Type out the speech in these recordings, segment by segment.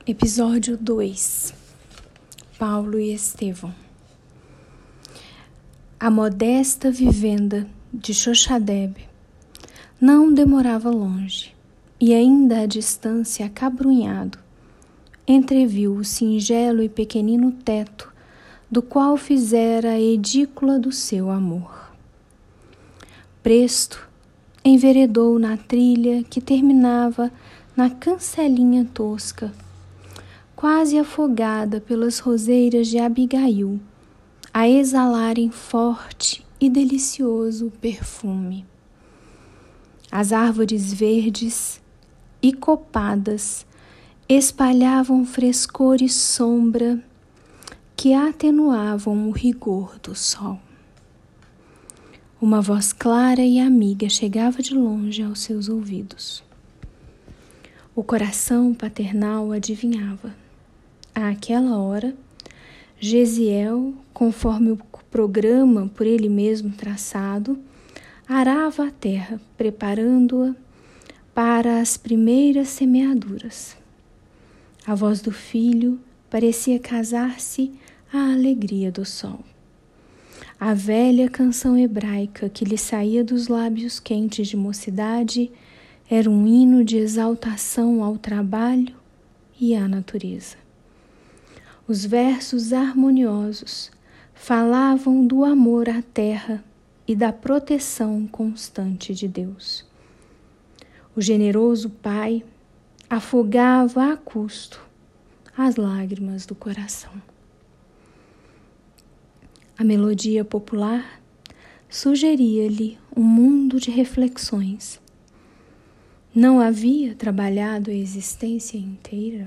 Episódio 2. Paulo e Estevão. A modesta vivenda de Xoxadeb não demorava longe, e ainda à distância acabrunhado, entreviu o singelo e pequenino teto do qual fizera a edícula do seu amor. Presto, enveredou na trilha que terminava na cancelinha tosca, quase afogada pelas roseiras de Abigail, a exalarem forte e delicioso perfume. As árvores verdes e copadas espalhavam frescor e sombra que atenuavam o rigor do sol. Uma voz clara e amiga chegava de longe aos seus ouvidos. O coração paternal adivinhava. Àquela hora, Gesiel, conforme o programa por ele mesmo traçado, arava a terra, preparando-a para as primeiras semeaduras. A voz do filho parecia casar-se à alegria do sol. A velha canção hebraica que lhe saía dos lábios quentes de mocidade era um hino de exaltação ao trabalho e à natureza. Os versos harmoniosos falavam do amor à terra e da proteção constante de Deus. O generoso pai afogava a custo as lágrimas do coração. A melodia popular sugeria-lhe um mundo de reflexões. Não havia trabalhado a existência inteira?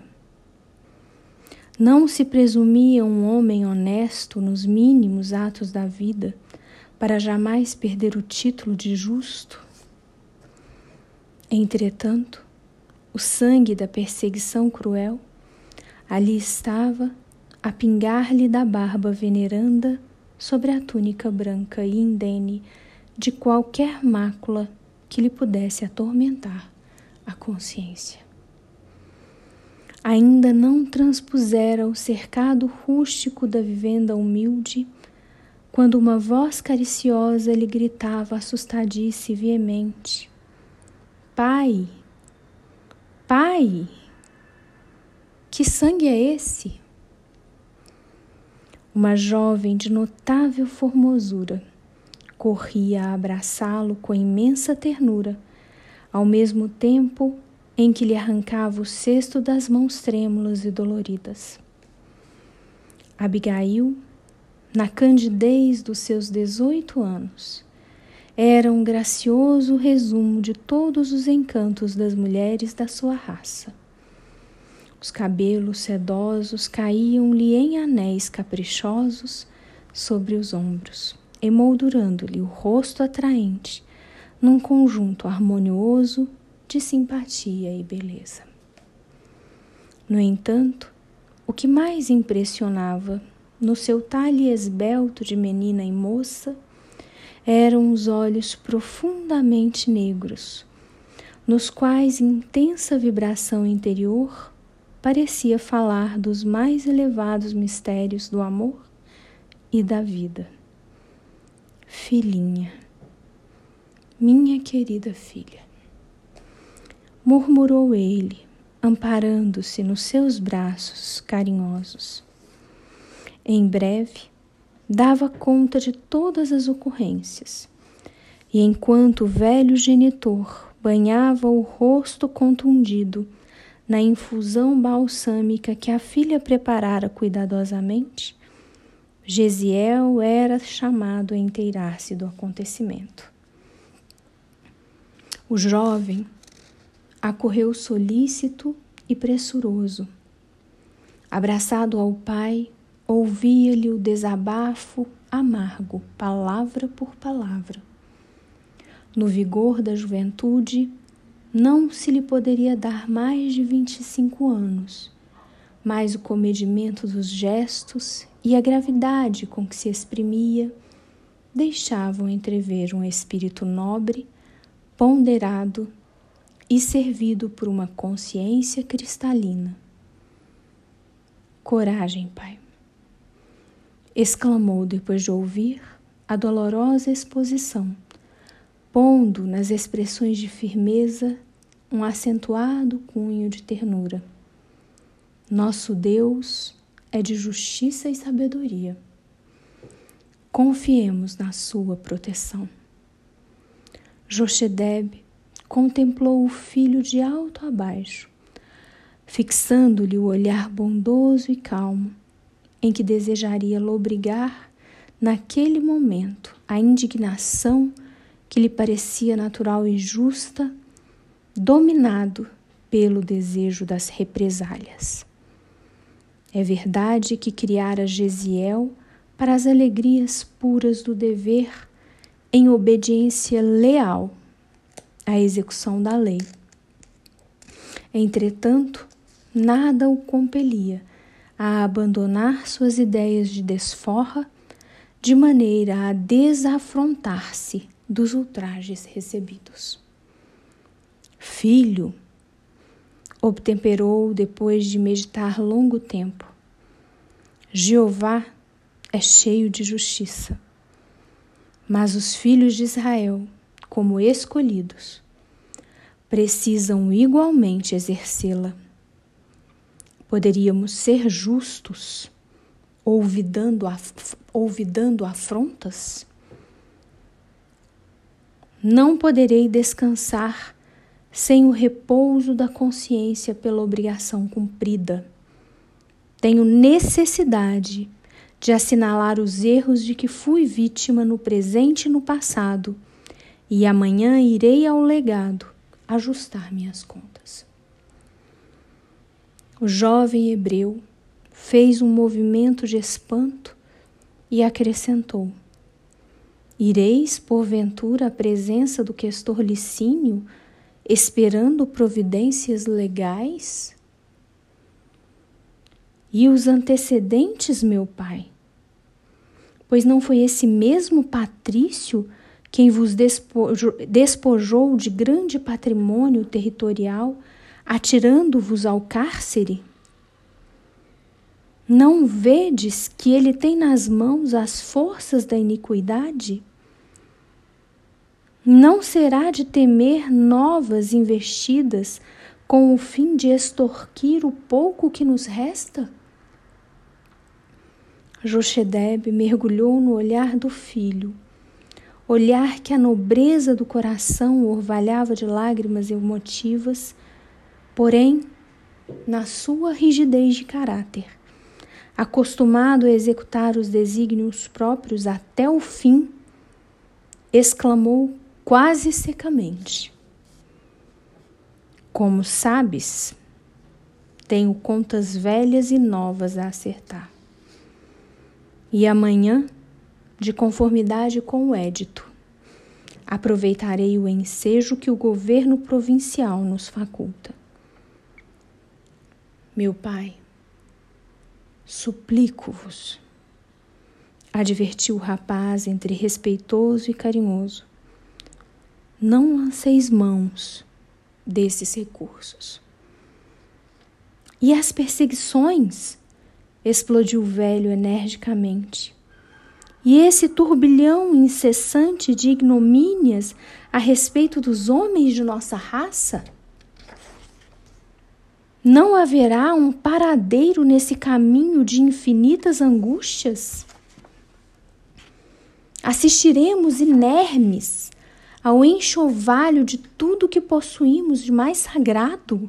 Não se presumia um homem honesto nos mínimos atos da vida para jamais perder o título de justo? Entretanto, o sangue da perseguição cruel ali estava a pingar-lhe da barba veneranda sobre a túnica branca e indene de qualquer mácula que lhe pudesse atormentar a consciência. Ainda não transpusera o cercado rústico da vivenda humilde, quando uma voz cariciosa lhe gritava assustadiça e veemente: Pai! Pai! Que sangue é esse? Uma jovem de notável formosura corria a abraçá-lo com imensa ternura, ao mesmo tempo em que lhe arrancava o cesto das mãos trêmulas e doloridas. Abigail, na candidez dos seus 18 anos, era um gracioso resumo de todos os encantos das mulheres da sua raça. Os cabelos sedosos caíam-lhe em anéis caprichosos sobre os ombros, emoldurando-lhe o rosto atraente num conjunto harmonioso de simpatia e beleza. No entanto, o que mais impressionava no seu talhe esbelto de menina e moça eram os olhos profundamente negros, nos quais intensa vibração interior parecia falar dos mais elevados mistérios do amor e da vida. Filhinha, minha querida filha, murmurou ele, amparando-se nos seus braços carinhosos. Em breve, dava conta de todas as ocorrências, e enquanto o velho genitor banhava o rosto contundido na infusão balsâmica que a filha preparara cuidadosamente, Gesiel era chamado a inteirar-se do acontecimento. O jovem acorreu solícito e pressuroso. Abraçado ao pai, ouvia-lhe o desabafo amargo, palavra por palavra. No vigor da juventude, não se lhe poderia dar mais de 25 anos, mas o comedimento dos gestos e a gravidade com que se exprimia deixavam entrever um espírito nobre, ponderado e servido por uma consciência cristalina. Coragem, pai, exclamou depois de ouvir a dolorosa exposição, pondo nas expressões de firmeza um acentuado cunho de ternura. Nosso Deus é de justiça e sabedoria. Confiemos na sua proteção. Jochedeb contemplou o filho de alto a baixo, fixando-lhe o olhar bondoso e calmo, em que desejaria lobrigar, naquele momento, a indignação que lhe parecia natural e justa, dominado pelo desejo das represálias. É verdade que criara Jesiel para as alegrias puras do dever, em obediência leal à execução da lei. Entretanto, nada o compelia a abandonar suas ideias de desforra, de maneira a desafrontar-se dos ultrajes recebidos. Filho, obtemperou depois de meditar longo tempo, Jeová é cheio de justiça, mas os filhos de Israel, como escolhidos, precisam igualmente exercê-la. Poderíamos ser justos, olvidando afrontas? Não poderei descansar sem o repouso da consciência pela obrigação cumprida. Tenho necessidade de assinalar os erros de que fui vítima no presente e no passado, e amanhã irei ao legado ajustar minhas contas. O jovem hebreu fez um movimento de espanto e acrescentou: Ireis, porventura, à presença do questor Licínio, esperando providências legais? E os antecedentes, meu pai? Pois não foi esse mesmo patrício quem vos despojou de grande patrimônio territorial, atirando-vos ao cárcere? Não vedes que ele tem nas mãos as forças da iniquidade? Não será de temer novas investidas com o fim de extorquir o pouco que nos resta? Jochedeb mergulhou no olhar do filho, olhar que a nobreza do coração orvalhava de lágrimas emotivas, porém, na sua rigidez de caráter, acostumado a executar os desígnios próprios até o fim, exclamou quase secamente: Como sabes, tenho contas velhas e novas a acertar. E amanhã, de conformidade com o édito, aproveitarei o ensejo que o governo provincial nos faculta. Meu pai, suplico-vos, advertiu o rapaz entre respeitoso e carinhoso, não lanceis mãos desses recursos. E as perseguições? Explodiu o velho energicamente. E esse turbilhão incessante de ignomínias a respeito dos homens de nossa raça? Não haverá um paradeiro nesse caminho de infinitas angústias? Assistiremos inermes ao enxovalho de tudo que possuímos de mais sagrado?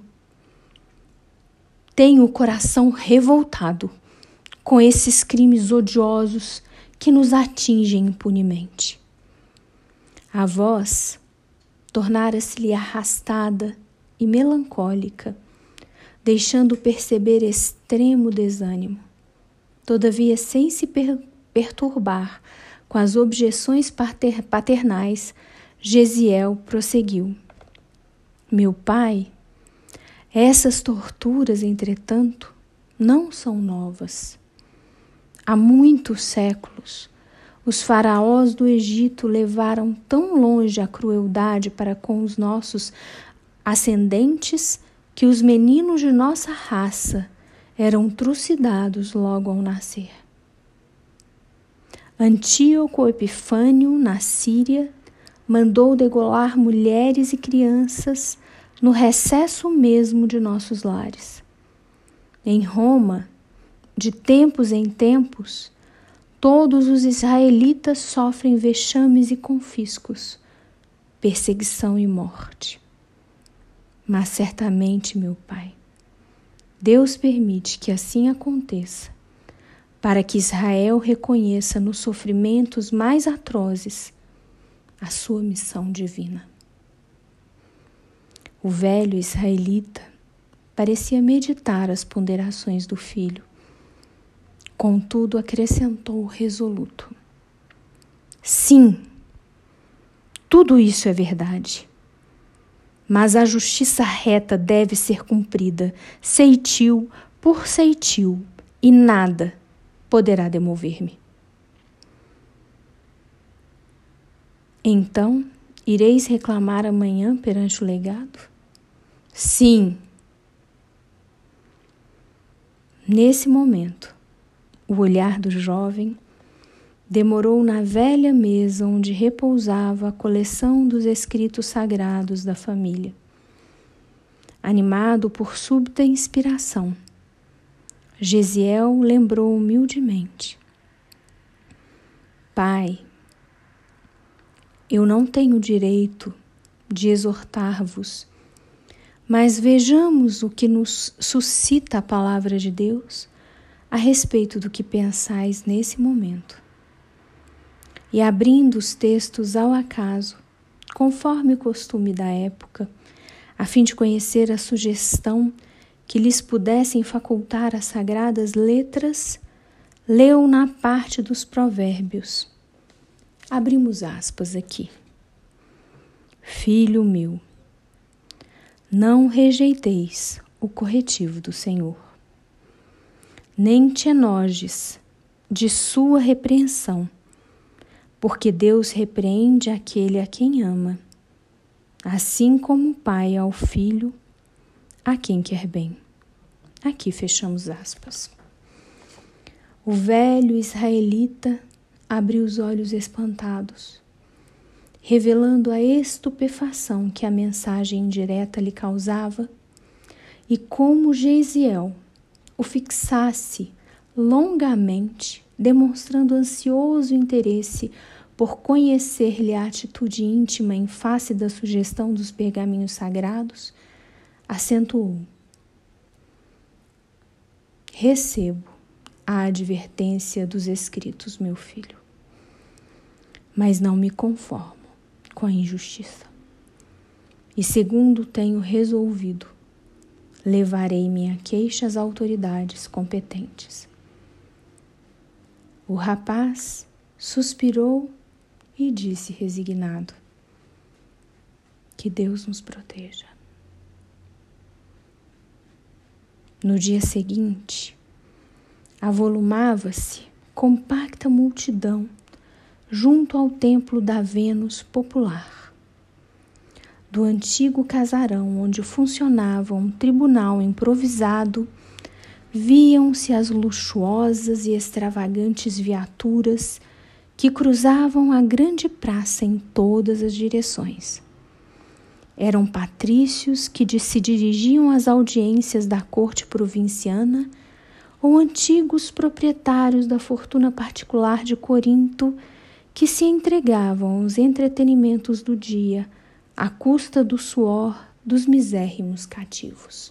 Tenho o coração revoltado com esses crimes odiosos que nos atingem impunemente. A voz tornara-se-lhe arrastada e melancólica, deixando perceber extremo desânimo. Todavia, sem se perturbar com as objeções paternais, Jesiel prosseguiu: Meu pai, essas torturas, entretanto, não são novas. Há muitos séculos, os faraós do Egito levaram tão longe a crueldade para com os nossos ascendentes que os meninos de nossa raça eram trucidados logo ao nascer. Antíoco Epifânio, na Síria, mandou degolar mulheres e crianças no recesso mesmo de nossos lares. Em Roma, de tempos em tempos, todos os israelitas sofrem vexames e confiscos, perseguição e morte. Mas certamente, meu Pai, Deus permite que assim aconteça, para que Israel reconheça nos sofrimentos mais atrozes a sua missão divina. O velho israelita parecia meditar as ponderações do filho, contudo acrescentou resoluto: sim, tudo isso é verdade, mas a justiça reta deve ser cumprida, ceitil por ceitil, e nada poderá demover-me. Então, ireis reclamar amanhã perante o legado? Sim. Nesse momento, o olhar do jovem demorou na velha mesa onde repousava a coleção dos escritos sagrados da família. Animado por súbita inspiração, Gesiel lembrou humildemente: Pai, eu não tenho direito de exortar-vos, mas vejamos o que nos suscita a palavra de Deus a respeito do que pensais nesse momento. E abrindo os textos ao acaso, conforme o costume da época, a fim de conhecer a sugestão que lhes pudessem facultar as sagradas letras, leu na parte dos provérbios. Abrimos aspas aqui. Filho meu, não rejeiteis o corretivo do Senhor, nem te enojes de sua repreensão, porque Deus repreende aquele a quem ama, assim como o pai ao filho, a quem quer bem. Aqui fechamos aspas. O velho israelita abriu os olhos espantados, revelando a estupefação que a mensagem indireta lhe causava e como Gesiel o fixasse longamente, demonstrando ansioso interesse por conhecer-lhe a atitude íntima em face da sugestão dos pergaminhos sagrados, acentuou: recebo a advertência dos escritos, meu filho, mas não me conformo com a injustiça. E segundo tenho resolvido, levarei minha queixa às autoridades competentes. O rapaz suspirou e disse resignado: que Deus nos proteja. No dia seguinte, avolumava-se compacta multidão junto ao templo da Vênus popular. Do antigo casarão onde funcionava um tribunal improvisado, viam-se as luxuosas e extravagantes viaturas que cruzavam a grande praça em todas as direções. Eram patrícios que se dirigiam às audiências da corte provinciana ou antigos proprietários da fortuna particular de Corinto que se entregavam aos entretenimentos do dia à custa do suor dos misérrimos cativos.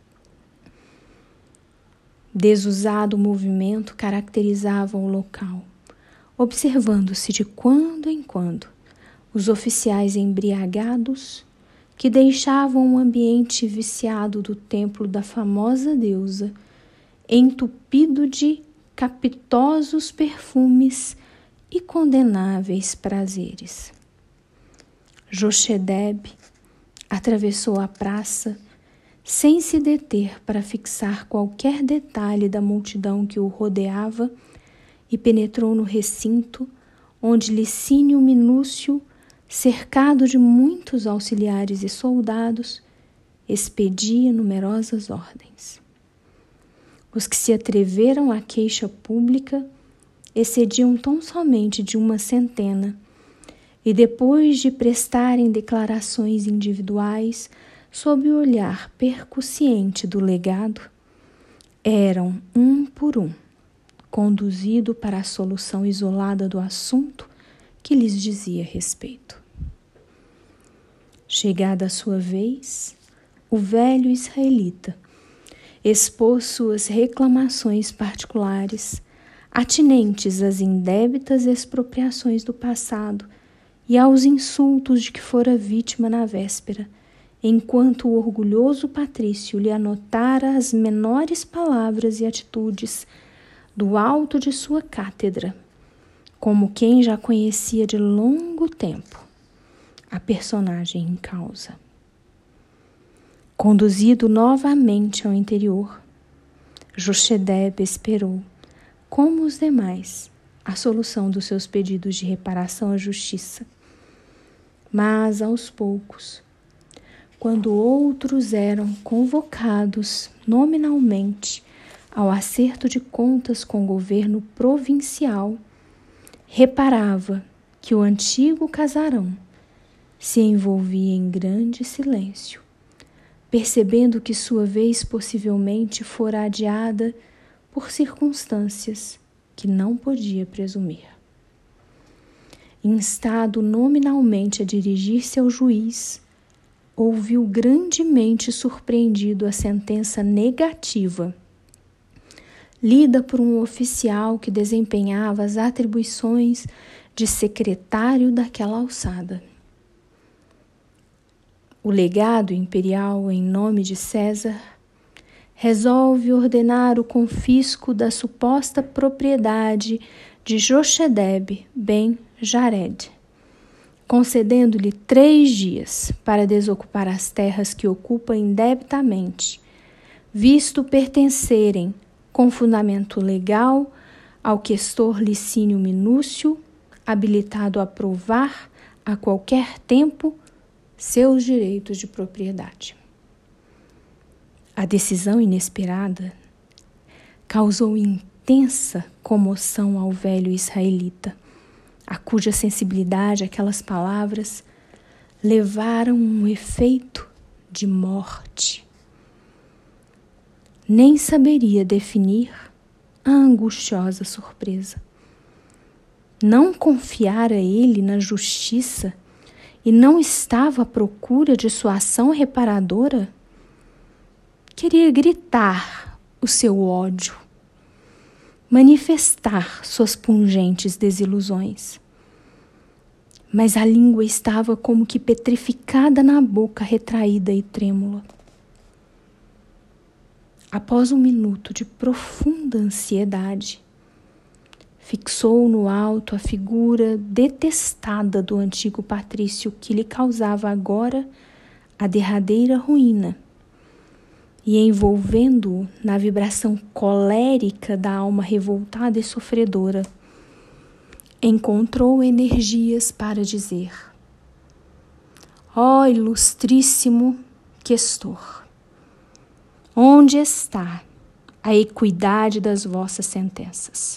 Desusado movimento caracterizava o local, observando-se de quando em quando os oficiais embriagados que deixavam o ambiente viciado do templo da famosa deusa, entupido de capitosos perfumes e condenáveis prazeres. Jochedeb atravessou a praça sem se deter para fixar qualquer detalhe da multidão que o rodeava e penetrou no recinto onde Licínio Minúcio, cercado de muitos auxiliares e soldados, expedia numerosas ordens. Os que se atreveram à queixa pública excediam tão somente de 100, e depois de prestarem declarações individuais sob o olhar percussiente do legado, eram, um por um, conduzidos para a solução isolada do assunto que lhes dizia respeito. Chegada a sua vez, o velho israelita expôs suas reclamações particulares, atinentes às indébitas expropriações do passado e aos insultos de que fora vítima na véspera, enquanto o orgulhoso patrício lhe anotara as menores palavras e atitudes do alto de sua cátedra, como quem já conhecia de longo tempo a personagem em causa. Conduzido novamente ao interior, Jochedeb esperou, como os demais, a solução dos seus pedidos de reparação à justiça. Mas, aos poucos, quando outros eram convocados nominalmente ao acerto de contas com o governo provincial, reparava que o antigo casarão se envolvia em grande silêncio, percebendo que sua vez possivelmente fora adiada por circunstâncias que não podia presumir. Instado nominalmente a dirigir-se ao juiz, ouviu grandemente surpreendido a sentença negativa, lida por um oficial que desempenhava as atribuições de secretário daquela alçada. O legado imperial, em nome de César, resolve ordenar o confisco da suposta propriedade de Jochedeb ben Jared, concedendo-lhe 3 dias para desocupar as terras que ocupa indebitamente, visto pertencerem, com fundamento legal, ao questor Licínio Minúcio, habilitado a provar a qualquer tempo seus direitos de propriedade. A decisão inesperada causou intensa comoção ao velho israelita, a cuja sensibilidade aquelas palavras levaram um efeito de morte. Nem saberia definir a angustiosa surpresa. Não confiara ele na justiça e não estava à procura de sua ação reparadora? Queria gritar o seu ódio, manifestar suas pungentes desilusões. Mas a língua estava como que petrificada na boca retraída e trêmula. Após um minuto de profunda ansiedade, fixou no alto a figura detestada do antigo patrício que lhe causava agora a derradeira ruína, e envolvendo-o na vibração colérica da alma revoltada e sofredora, encontrou energias para dizer: ó ilustríssimo questor, onde está a equidade das vossas sentenças?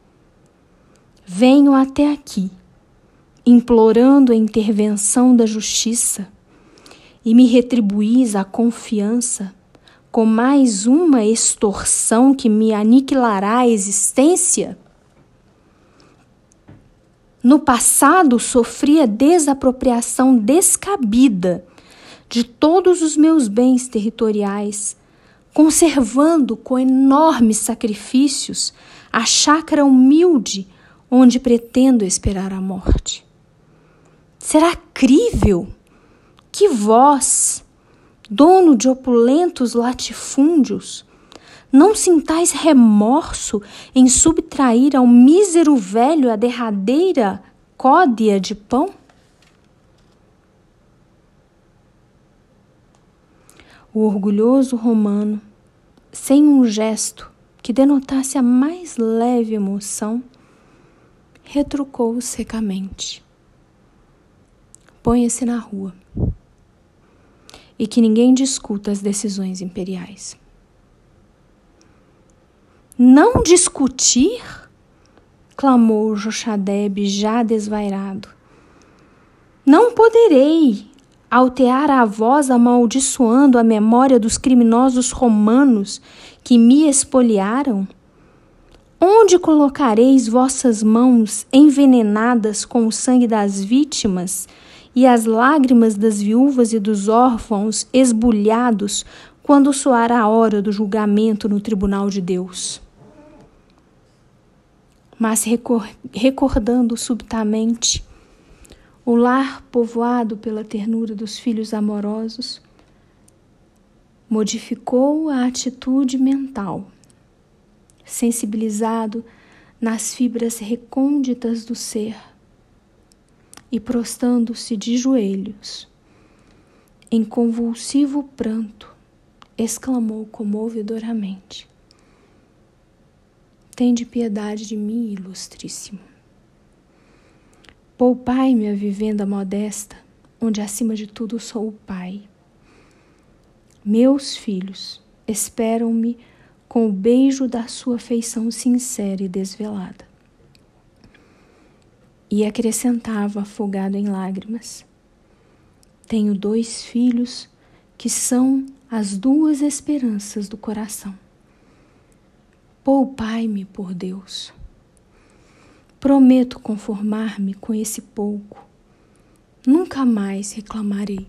Venho até aqui, implorando a intervenção da justiça, e me retribuís a confiança com mais uma extorsão que me aniquilará a existência? No passado, sofri a desapropriação descabida de todos os meus bens territoriais, conservando com enormes sacrifícios a chácara humilde onde pretendo esperar a morte. Será crível que vós, dono de opulentos latifúndios, não sintais remorso em subtrair ao mísero velho a derradeira códea de pão? O orgulhoso romano, sem um gesto que denotasse a mais leve emoção, retrucou secamente: ponha-se na rua e que ninguém discuta as decisões imperiais. Não discutir? Clamou Jochadeb, já desvairado. Não poderei altear a voz amaldiçoando a memória dos criminosos romanos que me espoliaram? Onde colocareis vossas mãos envenenadas com o sangue das vítimas e as lágrimas das viúvas e dos órfãos esbulhados quando soar a hora do julgamento no tribunal de Deus? Mas recordando subitamente o lar povoado pela ternura dos filhos amorosos, modificou a atitude mental, sensibilizado nas fibras recônditas do ser e prostando-se de joelhos, em convulsivo pranto, exclamou comovedoramente: Tende piedade de mim, ilustríssimo. Poupai-me a vivenda modesta, onde acima de tudo sou o pai. Meus filhos esperam-me com o beijo da sua afeição sincera e desvelada. E acrescentava, afogado em lágrimas: Tenho 2 filhos que são as 2 esperanças do coração. Poupai-me, por Deus. Prometo conformar-me com esse pouco. Nunca mais reclamarei.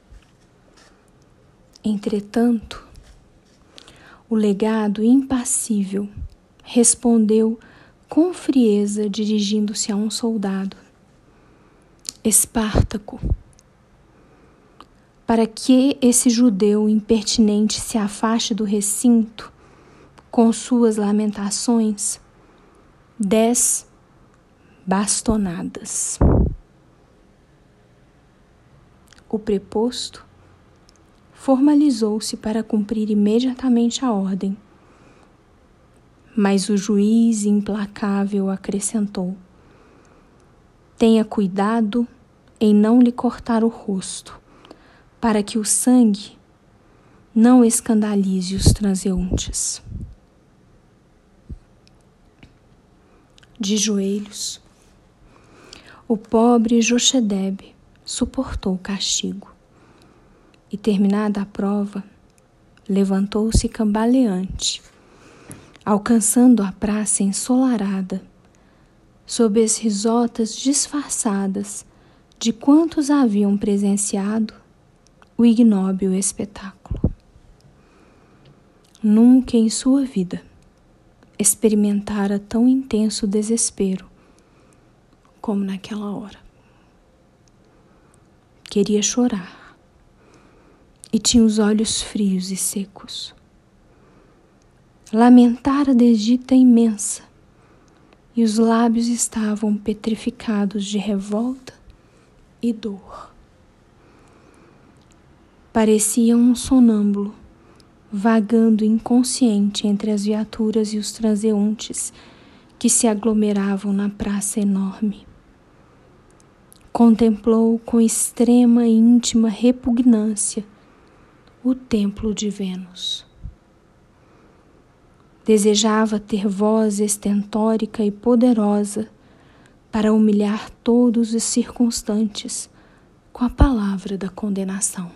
Entretanto, o legado impassível respondeu com frieza, dirigindo-se a um soldado: Espartaco, para que esse judeu impertinente se afaste do recinto com suas lamentações, 10 bastonadas. O preposto formalizou-se para cumprir imediatamente a ordem, mas o juiz implacável acrescentou: Tenha cuidado em não lhe cortar o rosto, para que o sangue não escandalize os transeuntes. De joelhos, o pobre Jochedeb suportou o castigo e, terminada a prova, levantou-se cambaleante, alcançando a praça ensolarada, sob as risotas disfarçadas de quantos haviam presenciado o ignóbil espetáculo. Nunca em sua vida experimentara tão intenso desespero como naquela hora. Queria chorar e tinha os olhos frios e secos. Lamentara a desdita imensa e os lábios estavam petrificados de revolta e dor. Parecia um sonâmbulo, vagando inconsciente entre as viaturas e os transeuntes que se aglomeravam na praça enorme. Contemplou com extrema e íntima repugnância o templo de Vênus. Desejava ter voz estentórica e poderosa para humilhar todos os circunstantes com a palavra da condenação.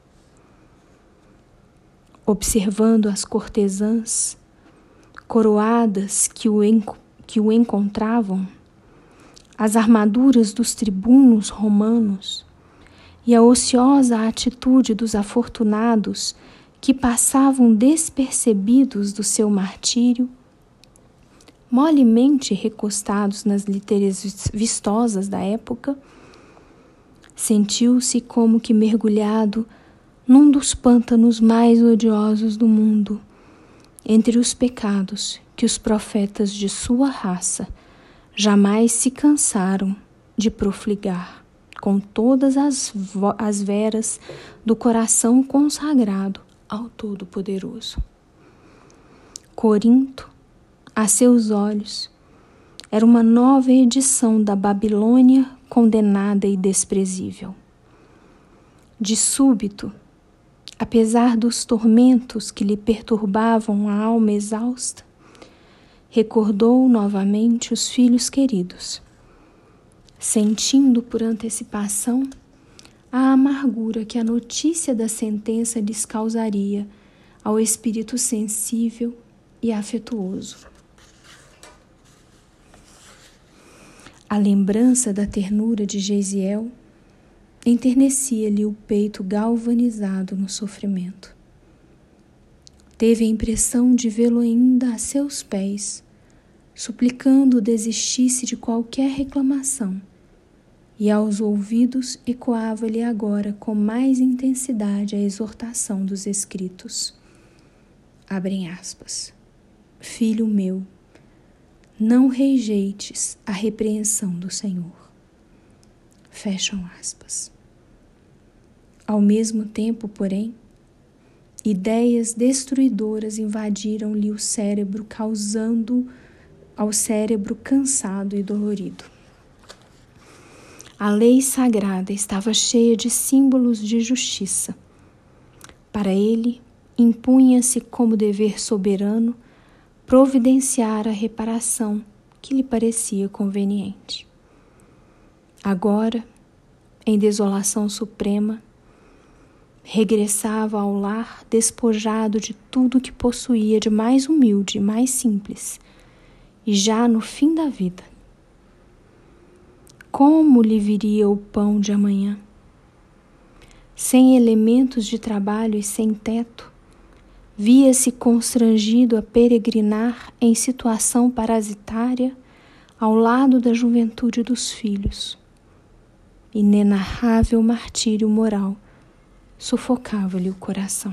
Observando as cortesãs coroadas que o encontravam, as armaduras dos tribunos romanos e a ociosa atitude dos afortunados que passavam despercebidos do seu martírio, molemente recostados nas literas vistosas da época, sentiu-se como que mergulhado num dos pântanos mais odiosos do mundo, entre os pecados que os profetas de sua raça jamais se cansaram de profligar com todas as veras do coração consagrado ao Todo-Poderoso. Corinto, a seus olhos, era uma nova edição da Babilônia condenada e desprezível. De súbito, apesar dos tormentos que lhe perturbavam a alma exausta, recordou novamente os filhos queridos, sentindo por antecipação a amargura que a notícia da sentença lhes causaria ao espírito sensível e afetuoso. A lembrança da ternura de Gesiel enternecia-lhe o peito galvanizado no sofrimento. Teve a impressão de vê-lo ainda a seus pés, suplicando desistisse de qualquer reclamação, e aos ouvidos ecoava-lhe agora com mais intensidade a exortação dos escritos. Abrem aspas. Filho meu, não rejeites a repreensão do Senhor. Fecham aspas. Ao mesmo tempo, porém, ideias destruidoras invadiram-lhe o cérebro, causando ao cérebro cansado e dolorido. A lei sagrada estava cheia de símbolos de justiça. Para ele, impunha-se como dever soberano providenciar a reparação que lhe parecia conveniente. Agora, em desolação suprema, regressava ao lar despojado de tudo que possuía de mais humilde e mais simples, e já no fim da vida. Como lhe viria o pão de amanhã? Sem elementos de trabalho e sem teto, via-se constrangido a peregrinar em situação parasitária ao lado da juventude dos filhos. Inenarrável martírio moral sufocava-lhe o coração.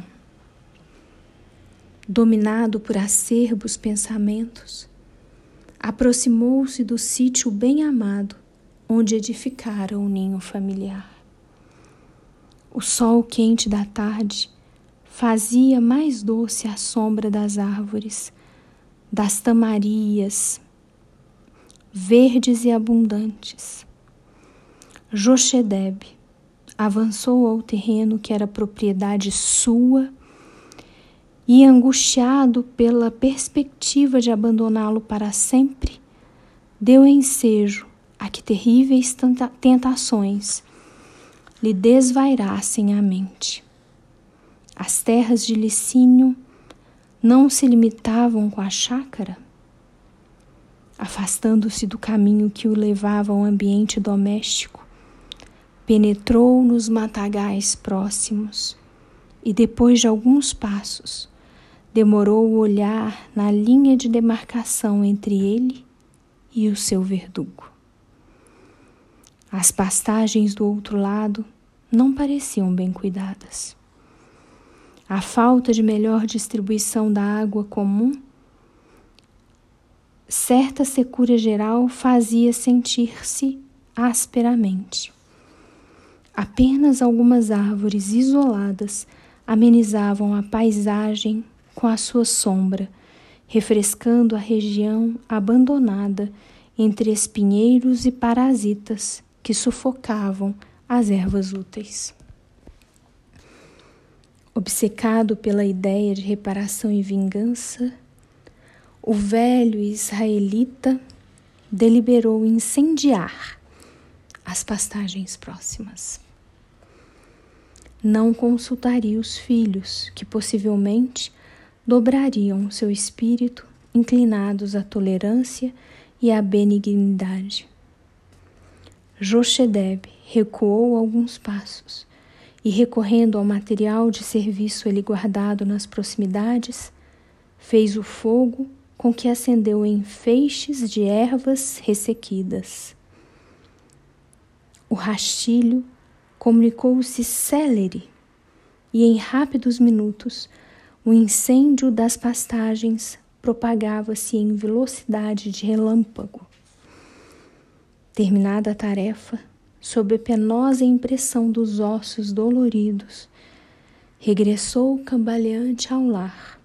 Dominado por acerbos pensamentos, aproximou-se do sítio bem-amado onde edificara o ninho familiar. O sol quente da tarde fazia mais doce a sombra das árvores, das tamarias, verdes e abundantes. Jochedeb avançou ao terreno que era propriedade sua e, angustiado pela perspectiva de abandoná-lo para sempre, deu ensejo a que terríveis tentações lhe desvairassem a mente. As terras de Licínio não se limitavam com a chácara? Afastando-se do caminho que o levava ao ambiente doméstico, penetrou nos matagais próximos e, depois de alguns passos, demorou o olhar na linha de demarcação entre ele e o seu verdugo. As pastagens do outro lado não pareciam bem cuidadas. A falta de melhor distribuição da água comum, certa secura geral fazia sentir-se asperamente. Apenas algumas árvores isoladas amenizavam a paisagem com a sua sombra, refrescando a região abandonada entre espinheiros e parasitas que sufocavam as ervas úteis. Obcecado pela ideia de reparação e vingança, o velho israelita deliberou incendiar as pastagens próximas. Não consultaria os filhos, que possivelmente dobrariam seu espírito, inclinados à tolerância e à benignidade. Jochedeb recuou alguns passos e, recorrendo ao material de serviço ali guardado nas proximidades, fez o fogo com que acendeu em feixes de ervas ressequidas. O rastilho comunicou-se célere e, em rápidos minutos, o incêndio das pastagens propagava-se em velocidade de relâmpago. Terminada a tarefa, sob a penosa impressão dos ossos doloridos, regressou cambaleante ao lar,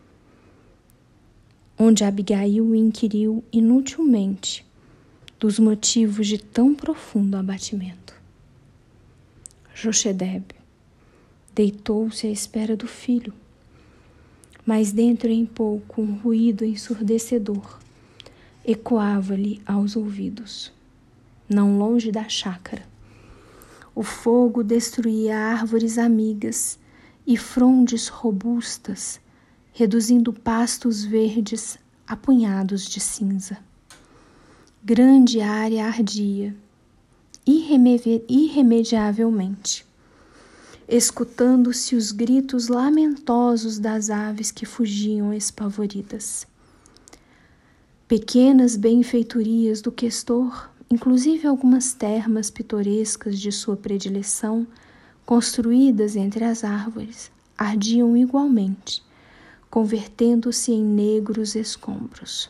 onde Abigail o inquiriu inutilmente dos motivos de tão profundo abatimento. Jochedeb deitou-se à espera do filho, mas dentro em pouco um ruído ensurdecedor ecoava-lhe aos ouvidos. Não longe da chácara, o fogo destruía árvores amigas e frondes robustas, reduzindo pastos verdes a punhados de cinza. Grande área ardia, irremediavelmente, escutando-se os gritos lamentosos das aves que fugiam espavoridas. Pequenas benfeitorias do questor, inclusive algumas termas pitorescas de sua predileção, construídas entre as árvores, ardiam igualmente, convertendo-se em negros escombros.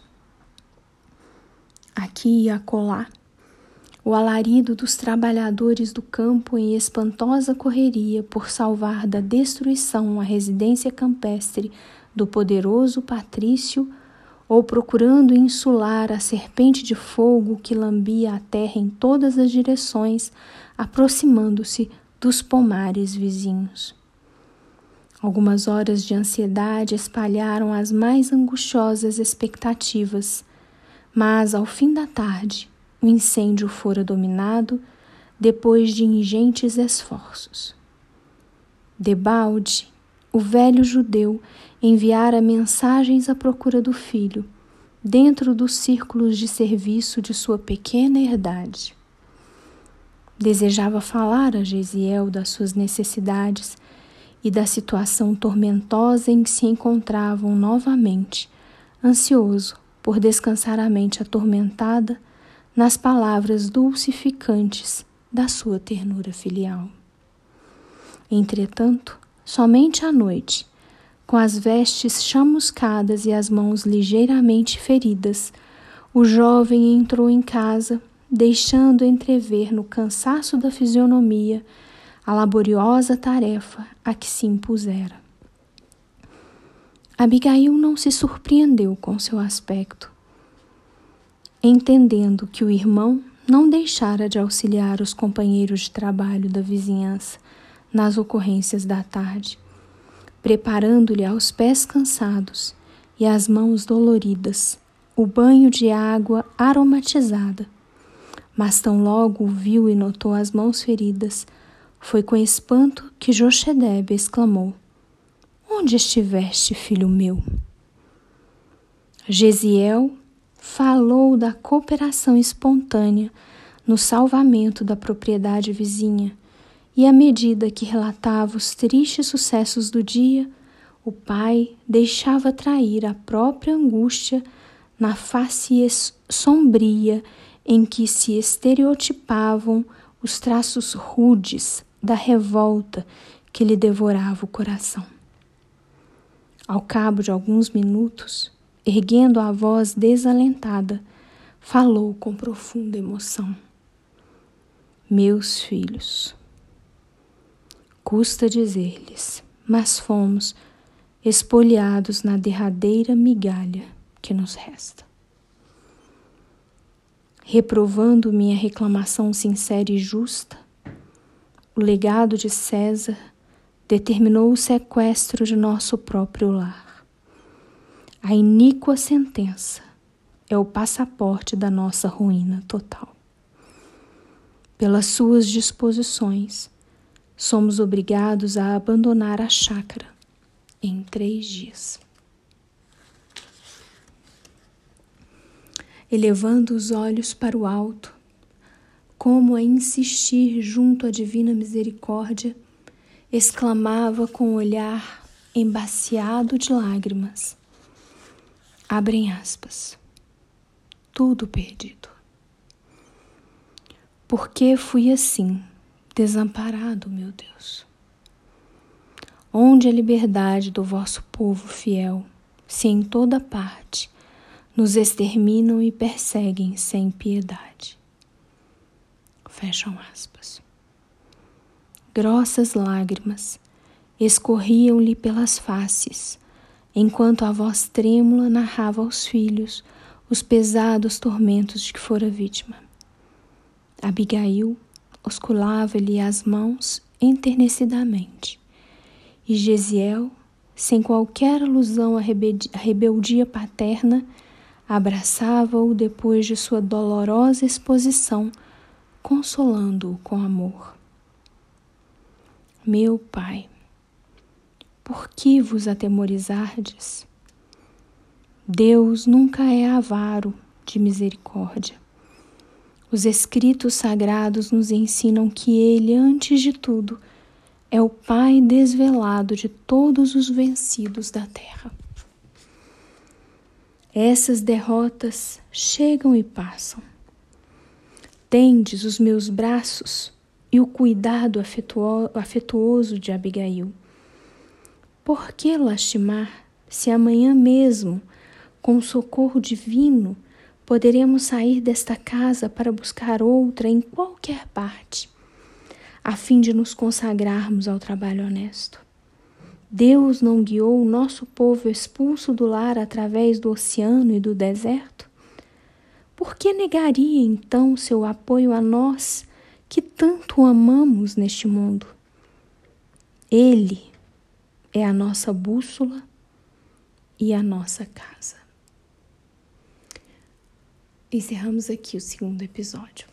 Aqui e acolá, o alarido dos trabalhadores do campo em espantosa correria por salvar da destruição a residência campestre do poderoso patrício, ou procurando insular a serpente de fogo que lambia a terra em todas as direções, aproximando-se dos pomares vizinhos. Algumas horas de ansiedade espalharam as mais angustiosas expectativas, mas, ao fim da tarde, o incêndio fora dominado depois de ingentes esforços. Debalde, o velho judeu, enviara mensagens à procura do filho, dentro dos círculos de serviço de sua pequena herdade. Desejava falar a Gesiel das suas necessidades e da situação tormentosa em que se encontravam novamente, ansioso por descansar a mente atormentada nas palavras dulcificantes da sua ternura filial. Entretanto, somente à noite, com as vestes chamuscadas e as mãos ligeiramente feridas, o jovem entrou em casa, deixando entrever no cansaço da fisionomia a laboriosa tarefa a que se impusera. Abigail não se surpreendeu com seu aspecto. Entendendo que o irmão não deixara de auxiliar os companheiros de trabalho da vizinhança nas ocorrências da tarde, preparando-lhe aos pés cansados e às mãos doloridas o banho de água aromatizada, mas tão logo o viu e notou as mãos feridas, foi com espanto que Jochedebe exclamou: "Onde estiveste, filho meu?" Gesiel falou da cooperação espontânea no salvamento da propriedade vizinha, e à medida que relatava os tristes sucessos do dia, o pai deixava trair a própria angústia na face sombria em que se estereotipavam os traços rudes da revolta que lhe devorava o coração. Ao cabo de alguns minutos, erguendo a voz desalentada, falou com profunda emoção: "Meus filhos, custa dizer-lhes, mas fomos espoliados na derradeira migalha que nos resta. Reprovando minha reclamação sincera e justa, o legado de César determinou o sequestro de nosso próprio lar. A iníqua sentença é o passaporte da nossa ruína total. Pelas suas disposições, somos obrigados a abandonar a chácara em 3 dias. Elevando os olhos para o alto, como a insistir junto à divina misericórdia, exclamava com o olhar embaciado de lágrimas: abrem aspas, tudo perdido. Por que fui assim, desamparado, meu Deus? Onde a liberdade do vosso povo fiel, se em toda parte nos exterminam e perseguem sem piedade? Fecham aspas. Grossas lágrimas escorriam-lhe pelas faces, enquanto a voz trêmula narrava aos filhos os pesados tormentos de que fora vítima. Abigail osculava-lhe as mãos enternecidamente, e Gesiel, sem qualquer alusão à rebeldia paterna, abraçava-o depois de sua dolorosa exposição, consolando-o com amor. Meu Pai, por que vos atemorizardes? Deus nunca é avaro de misericórdia. Os escritos sagrados nos ensinam que Ele, antes de tudo, é o Pai desvelado de todos os vencidos da terra. Essas derrotas chegam e passam. Tendes os meus braços e o cuidado afetuoso de Abigail. Por que lastimar, se amanhã mesmo, com o socorro divino, poderemos sair desta casa para buscar outra em qualquer parte, a fim de nos consagrarmos ao trabalho honesto? Deus não guiou o nosso povo expulso do lar através do oceano e do deserto? Por que negaria então seu apoio a nós, que tanto o amamos neste mundo? Ele é a nossa bússola e a nossa casa. Encerramos aqui o segundo episódio.